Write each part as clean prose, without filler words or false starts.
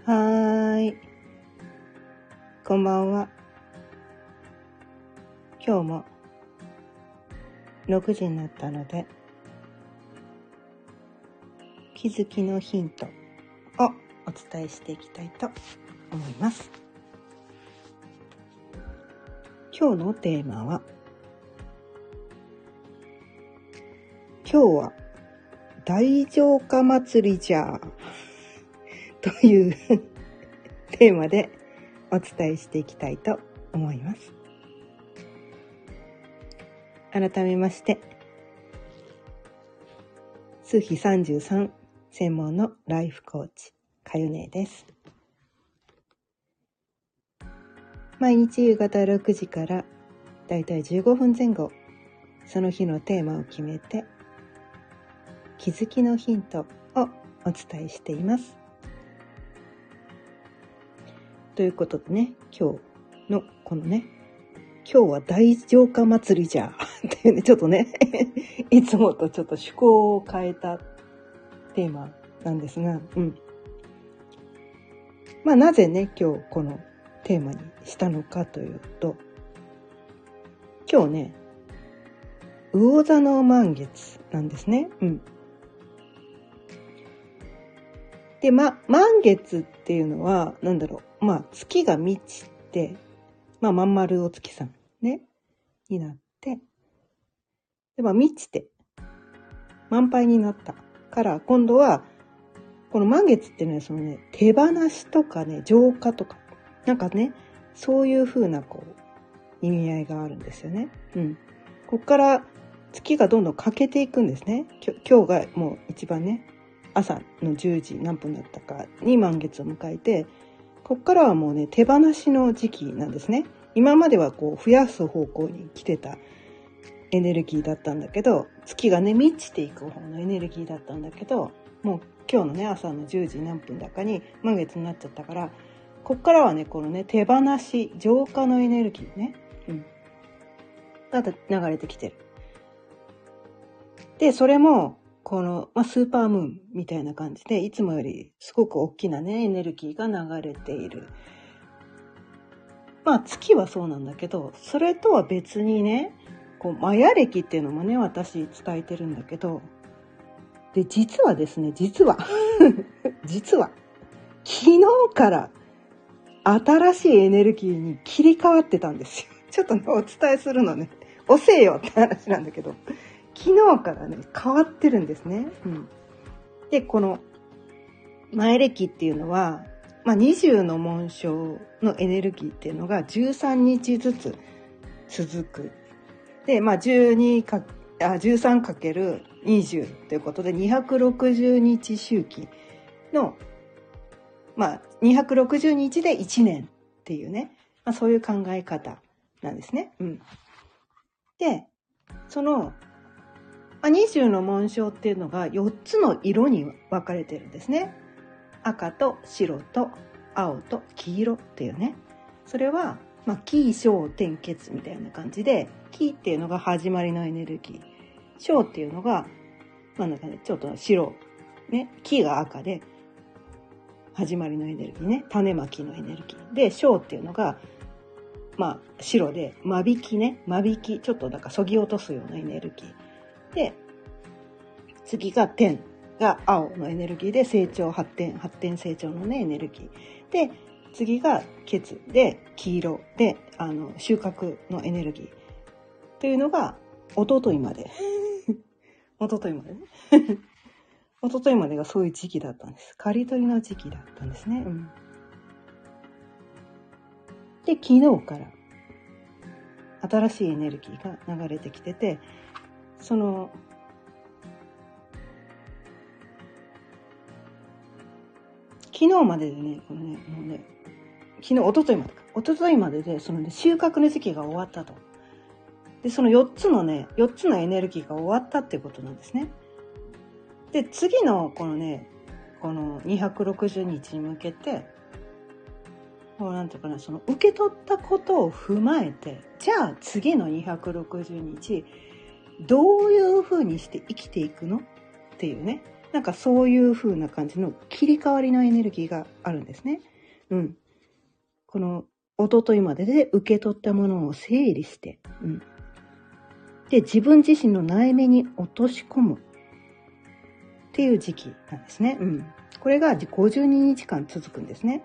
はーい、こんばんは。今日も6時になったので、気づきのヒントをお伝えしていきたいと思います。今日のテーマは、今日は大浄化祭りじゃというテーマでお伝えしていきたいと思います。改めまして、数比33専門のライフコーチかよねです。毎日夕方6時からだいたい15分前後、その日のテーマを決めて気づきのヒントをお伝えしています。ということでね、今日のこのね、今日は大浄化祭りじゃっていうね、ちょっとねいつもとちょっと趣向を変えたテーマなんですが、なぜね今日このテーマにしたのかというと、今日ね魚座の満月なんですね。で、満月っていうのは月が満ちて、まん丸お月さんねになって、で満ちて満杯になったから、今度はこの満月っていうのはそのね、手放しとかね、浄化とかそういう風な意味合いがあるんですよね。こっから月がどんどん欠けていくんですね。今日がもう一番ね、朝の10時何分だったかに満月を迎えて、こっからはもうね、手放しの時期なんですね。今までは増やす方向に来てたエネルギーだったんだけど、月がね満ちていく方のエネルギーだったんだけど、もう今日のね朝の10時何分だかに満月になっちゃったから、こっからはねこのね手放し浄化のエネルギーね、が流れてきてる。でそれもこの、スーパームーンみたいな感じで、いつもよりすごく大きなねエネルギーが流れている。月はそうなんだけど、それとは別にね、マヤ暦っていうのもね私伝えてるんだけど、で実はですね実は昨日から新しいエネルギーに切り替わってたんですよ。ちょっとねお伝えするのね遅えよって話なんだけど、昨日からね変わってるんですね。でこの前暦っていうのは、20の紋章のエネルギーっていうのが13日ずつ続く。で13×20 ということで260日周期の260日で1年っていうね、そういう考え方なんですね。でその20の紋章っていうのが4つの色に分かれてるんですね。赤と白と青と黄色っていうね。それは起承転結みたいな感じで、起っていうのが始まりのエネルギー、承っていうのがちょっと白ね、起が赤で始まりのエネルギーね、種まきのエネルギーで、承っていうのが白で間引きね、ちょっとそぎ落とすようなエネルギーで、次が天が青のエネルギーで成長発展成長のねエネルギーで、次が血で黄色で収穫のエネルギーというのが一昨日までね一昨日までがそういう時期だったんです。刈り取りの時期だったんですね。で昨日から新しいエネルギーが流れてきてて、その昨日まででね、このね、もうね、一昨日までで、そのね、収穫の時期が終わったと。で、その4つのエネルギーが終わったっていうことなんですね。で、次のこの260日に向けて、その受け取ったことを踏まえて、じゃあ次の260日、どういう風にして生きていくのっていうね、 なんかそういう風な感じの切り替わりのエネルギーがあるんですね。この一昨日までで受け取ったものを整理して、で、自分自身の内面に落とし込むっていう時期なんですね。これが52日間続くんですね。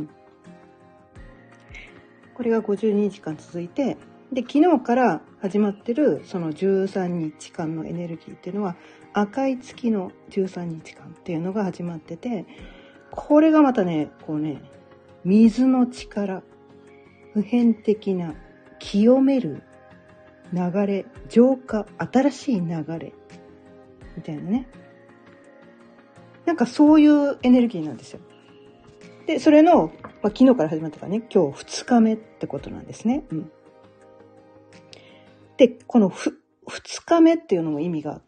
これが52日間続いて、で、昨日から始まってるその13日間のエネルギーっていうのは、赤い月の13日間っていうのが始まってて、これがまたね、水の力、普遍的な清める流れ、浄化、新しい流れみたいなね。なんかそういうエネルギーなんですよ。で、それの、昨日から始まったからね、今日2日目ってことなんですね。で、この2日目っていうのも意味があって、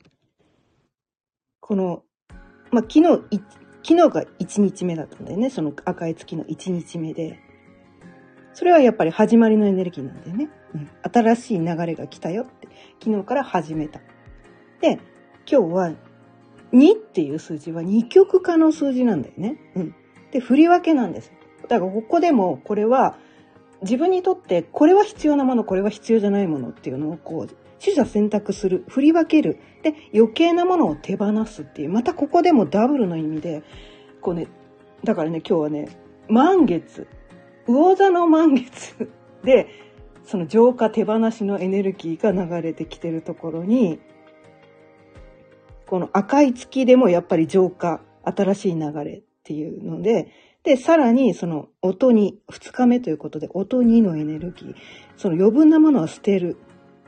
この、昨日が1日目だったんだよね。その赤い月の1日目で。それはやっぱり始まりのエネルギーなんだよね。新しい流れが来たよって。昨日から始めた。で、今日は2っていう数字は二極化の数字なんだよね。で、振り分けなんです。だからここでもこれは自分にとってこれは必要なもの、これは必要じゃないものっていうのを取捨選択する、振り分ける。で、余計なものを手放すっていう、またここでもダブルの意味で、だからね、今日はね、満月、魚座の満月で、その浄化手放しのエネルギーが流れてきてるところに、この赤い月でもやっぱり浄化、新しい流れっていうので、さらにその音に、2日目ということで、音2のエネルギー、その余分なものは捨てる。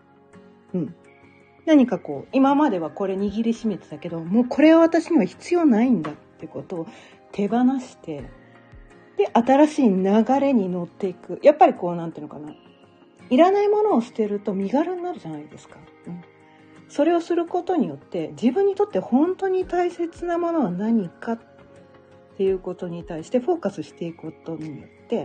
何か今まではこれ握りしめてたけど、もうこれは私には必要ないんだってことを手放して、で、新しい流れに乗っていく。やっぱりなんていうのかな。いらないものを捨てると身軽になるじゃないですか。それをすることによって、自分にとって本当に大切なものは何かっていうことに対してフォーカスしていくことによって、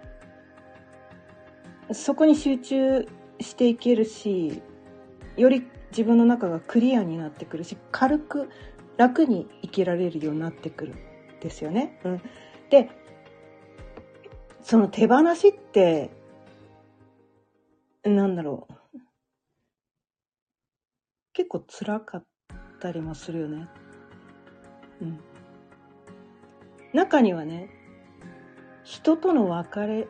そこに集中していけるし、より自分の中がクリアになってくるし、軽く楽に生きられるようになってくるんですよね。で、その手放しって結構辛かったりもするよね。中にはね、人との別れ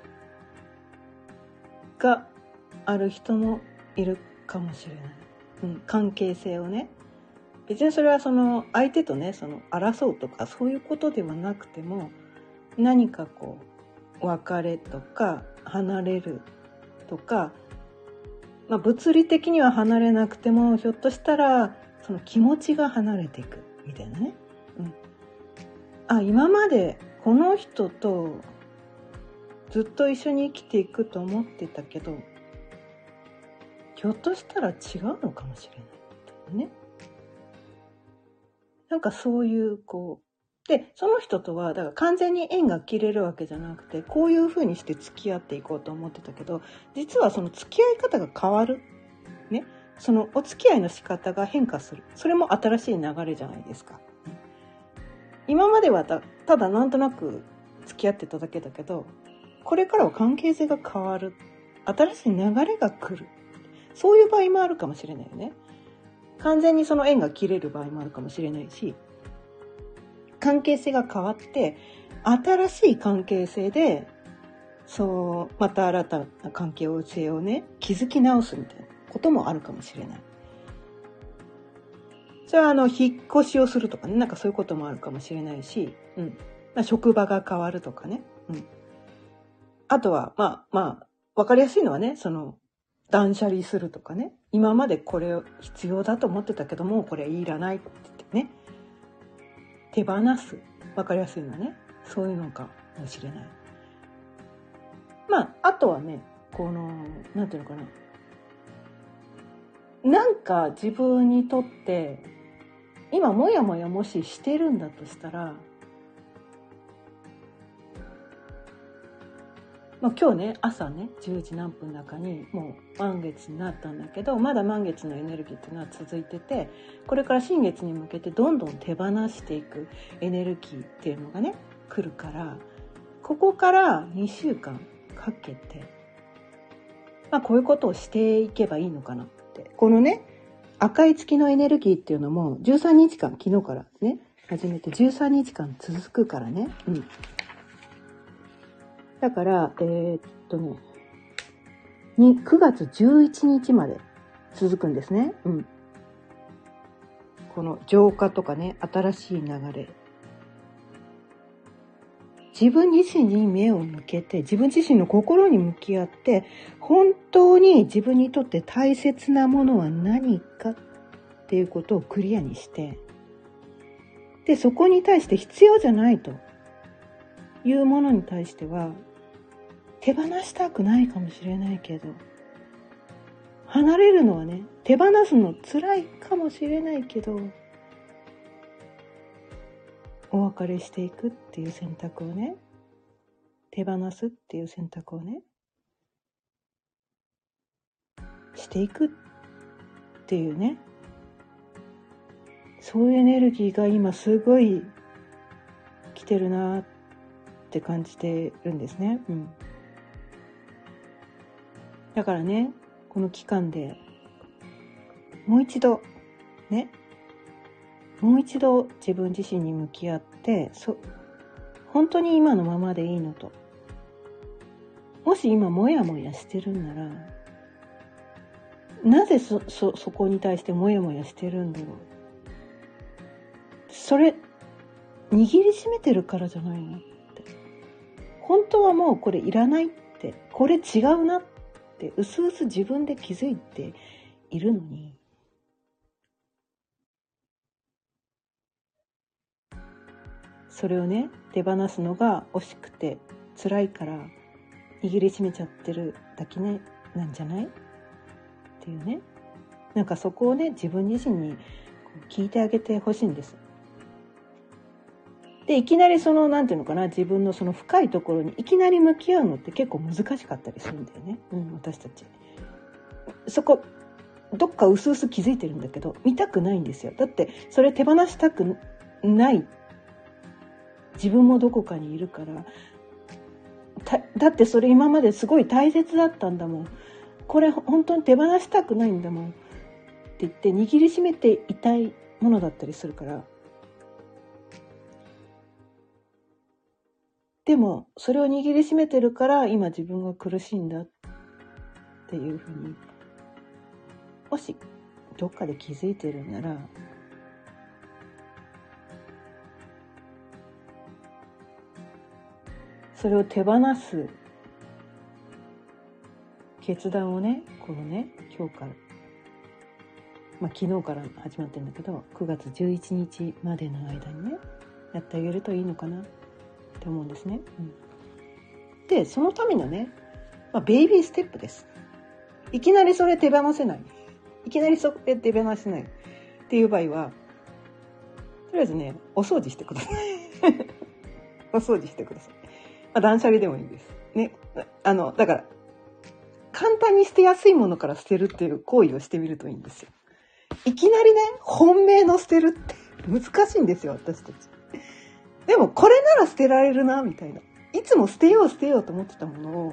がある人もいるかもしれない。関係性をね。別にそれはその相手とね、争うとかそういうことではなくても、何か別れとか離れるとか、物理的には離れなくても、ひょっとしたらその気持ちが離れていくみたいなね。今までこの人とずっと一緒に生きていくと思ってたけど、ひょっとしたら違うのかもしれないね。なんかそういうで、その人とはだから完全に縁が切れるわけじゃなくて、こういう風にして付き合っていこうと思ってたけど、実はその付き合い方が変わるね。そのお付き合いの仕方が変化する。それも新しい流れじゃないですか。今まではただなんとなく付き合ってただけだけど、これからは関係性が変わる。新しい流れが来る。そういう場合もあるかもしれないよね。完全にその縁が切れる場合もあるかもしれないし、関係性が変わって、新しい関係性で、また新たな関係性をね、築き直すみたいなこともあるかもしれない。それは引っ越しをするとかね、なんかそういうこともあるかもしれないし、職場が変わるとかね。あとは、わかりやすいのはね、断捨離するとかね。今までこれ必要だと思ってたけども、これいらないって言ってね。手放す。わかりやすいのはね。そういうのかもしれない。あとはね、なんていうのかな。なんか自分にとって、今もやもやもししてるんだとしたら、 今日ね朝ね10時何分だかにもう満月になったんだけど、まだ満月のエネルギーっていうのは続いてて、これから新月に向けてどんどん手放していくエネルギーっていうのがね来るから、ここから2週間かけて、こういうことをしていけばいいのかなって。このね赤い月のエネルギーっていうのも13日間、昨日からね始めて13日間続くからね。だから9月11日まで続くんですね。この浄化とかね、新しい流れ。自分自身に目を向けて、自分自身の心に向き合って、本当に自分にとって大切なものは何かっていうことをクリアにして、で、そこに対して必要じゃないというものに対しては、手放したくないかもしれないけど、離れるのはね、手放すの辛いかもしれないけど、お別れしていくっていう選択をね、手放すっていう選択をね、していくっていうね、そういうエネルギーが今すごい来てるなって感じてるんですね。だからね、この期間でもう一度ね、もう一度自分自身に向き合って、本当に今のままでいいのと。もし今モヤモヤしてるんなら、なぜそこに対してモヤモヤしてるんだろう。それ握りしめてるからじゃないのって。本当はもうこれいらないって、これ違うなってうすうす自分で気づいているのに、それをね手放すのが惜しくて辛いから握りしめちゃってるだけねなんじゃないっていうね、なんかそこをね自分自身に聞いてあげてほしいんです。でいきなりなんていうのかな、自分のその深いところにいきなり向き合うのって結構難しかったりするんだよね。私たちそこどっかうすうす気づいてるんだけど見たくないんですよ。だってそれ手放したくない自分もどこかにいるから、だってそれ今まですごい大切だったんだもん、これ本当に手放したくないんだもんって言って握りしめていたいものだったりするから、でもそれを握りしめてるから今自分が苦しいんだっていうふうにもしどっかで気づいてるなら、それを手放す決断をね、このね今日から、昨日から始まってるんだけど9月11日までの間にねやってあげるといいのかなって思うんですね。でそのためのね、ベイビーステップです。いきなりそれ手放せない、いきなりそれ手放せないっていう場合は、とりあえずねお掃除してくださいお掃除してください。断捨離でもいいですね。だから簡単に捨てやすいものから捨てるっていう行為をしてみるといいんですよ。いきなりね本命の捨てるって難しいんですよ、私たち。でもこれなら捨てられるなみたいな、いつも捨てようと思ってたものを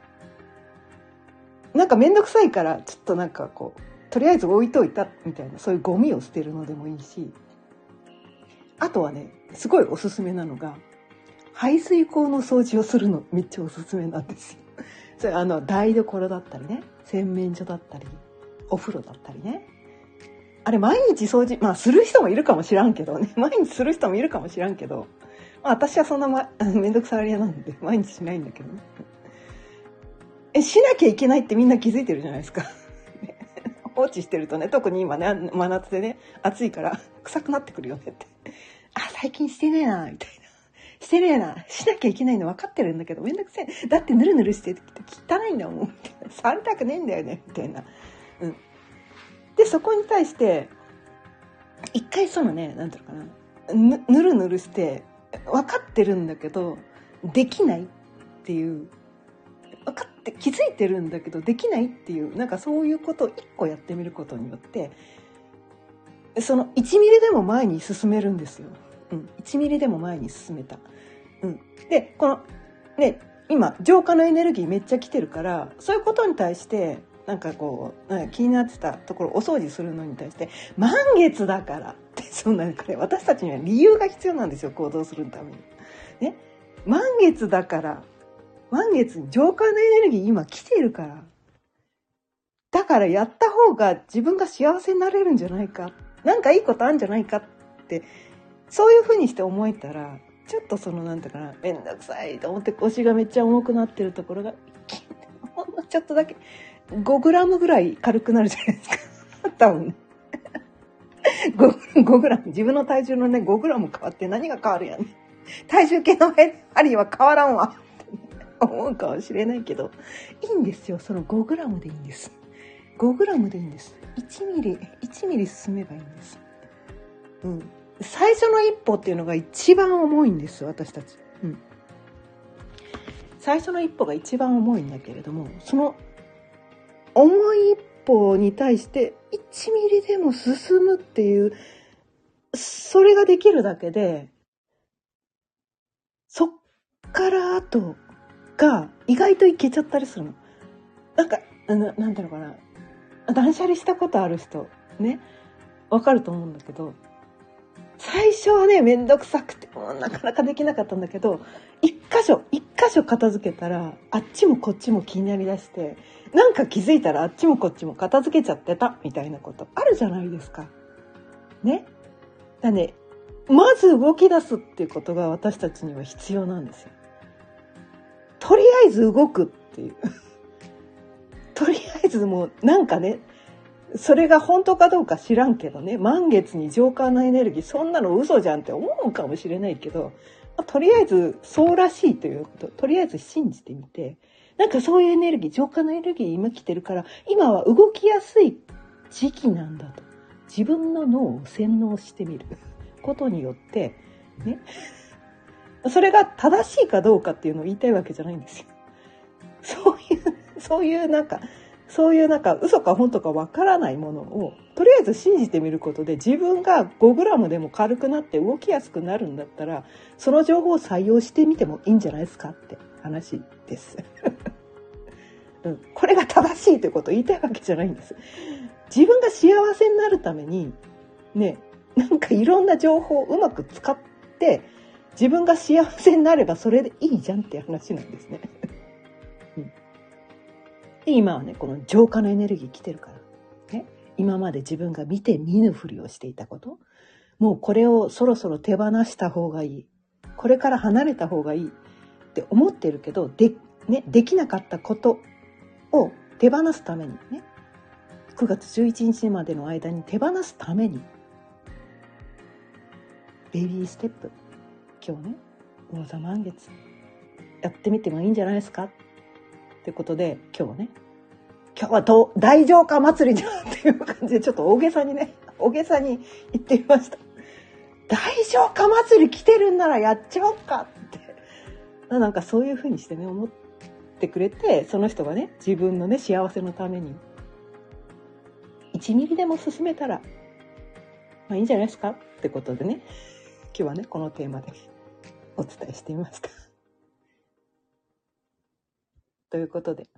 なんかめんどくさいからちょっとなんかこうとりあえず置いといたみたいな、そういうゴミを捨てるのでもいいし、あとはねすごいおすすめなのが排水口の掃除をするのめっちゃおすすめなんですよ。それ台所だったりね、洗面所だったりお風呂だったりね、あれ毎日掃除する人もいるかもしらんけどね、毎日する人もいるかもしらんけど、私はそんなめんどくさがり屋なんで毎日しないんだけどね。しなきゃいけないってみんな気づいてるじゃないですか放置してるとね、特に今ね真夏でね暑いから臭くなってくるよねって、最近してねえなみたいな、してねえな、しなきゃいけないの分かってるんだけどめんどくせえ、だってぬるぬるして汚いんだもんみたいな、触りたくねえんだよねみたいな。でそこに対して一回なんていうのかな、ぬるぬるして分かってるんだけどできないっていうって気づいてるんだけどできないっていう、なんかそういうことを一個やってみることによってその1ミリでも前に進めるんですよ。1ミリでも前に進めた。でこのね、今浄化のエネルギーめっちゃ来てるから、そういうことに対してなんかこう気になってたところお掃除するのに対して満月だからってそんなから、私たちには理由が必要なんですよ、行動するためにね。満月だから、満月に浄化のエネルギー今来てるから、だからやった方が自分が幸せになれるんじゃないか、なんかいいことあるんじゃないかって、そういう風にして思えたら、ちょっとそのなんていうかな、めんどくさいと思って腰がめっちゃ重くなってるところがほんのちょっとだけ5グラムぐらい軽くなるじゃないですか多分ね5グラム、自分の体重のね5グラム変わって何が変わるやんね、体重計の針は変わらんわって思うかもしれないけど、いいんですよ、その5グラムでいいんです。5グラムでいいんです。1ミリ進めばいいんです。最初の一歩っていうのが一番重いんです、私たち。最初の一歩が一番重いんだけれども、その重い一歩に対して1ミリでも進むっていう、それができるだけで、そっから後が意外といけちゃったりするの。なんかなんていうのかな、断捨離したことある人ね、わかると思うんだけど、最初はねめんどくさくてもうなかなかできなかったんだけど、一箇所片付けたらあっちもこっちも気になりだして、なんか気づいたらあっちもこっちも片付けちゃってたみたいなことあるじゃないですかね。だね、まず動き出すっていうことが私たちには必要なんですよ。とりあえず動くっていうとりあえずもうなんかね、それが本当かどうか知らんけどね、満月に浄化のエネルギー、そんなの嘘じゃんって思うかもしれないけど、とりあえずそうらしいということ、とりあえず信じてみて、なんかそういうエネルギー、浄化のエネルギー今来てるから、今は動きやすい時期なんだと、自分の脳を洗脳してみることによってね、それが正しいかどうかっていうのを言いたいわけじゃないんですよ。そういうなんか嘘か本当かわからないものをとりあえず信じてみることで、自分が5グラムでも軽くなって動きやすくなるんだったら、その情報を採用してみてもいいんじゃないですかって話です、これが正しいということを言いたいわけじゃないんです。自分が幸せになるためにね、なんかいろんな情報をうまく使って自分が幸せになればそれでいいじゃんっていう話なんですね。で今はね、この浄化のエネルギー来てるから、ね、今まで自分が見て見ぬふりをしていたこと、もうこれをそろそろ手放した方がいい、これから離れた方がいいって思ってるけど、できなかったことを手放すためにね、9月11日までの間に手放すために、ベビーステップ、今日ね、魚座満月やってみてもいいんじゃないですかってことで、今日は大浄化祭りじゃんっていう感じで、ちょっと大げさに言ってみました。大浄化祭り来てるんならやっちまおうかって、なんかそういう風にしてね、思ってくれて、その人がね、自分のね幸せのために1ミリでも進めたらまあいいんじゃないですかってことでね、今日はねこのテーマでお伝えしてみました。ということで、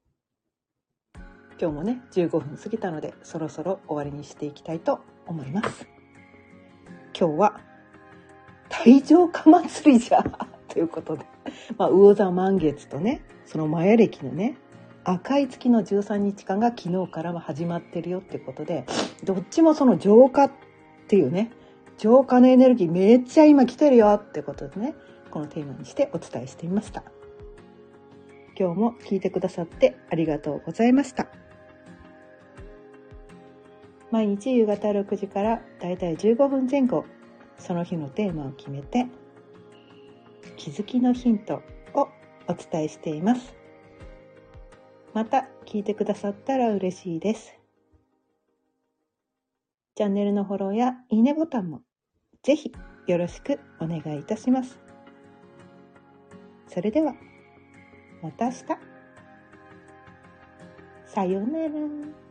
今日もね15分過ぎたので、そろそろ終わりにしていきたいと思います。今日は大浄化祭りじゃということで、魚座満月とね、そのマヤ暦のね赤い月の13日間が昨日からは始まってるよってことで、どっちもその浄化っていうね、浄化のエネルギーめっちゃ今来てるよってことでね、このテーマにしてお伝えしてみました。今日も聞いてくださってありがとうございました。毎日夕方6時からだいたい15分前後、その日のテーマを決めて気づきのヒントをお伝えしています。また聞いてくださったら嬉しいです。チャンネルのフォローやいいねボタンもぜひよろしくお願いいたします。それではまた明日。 さようなら。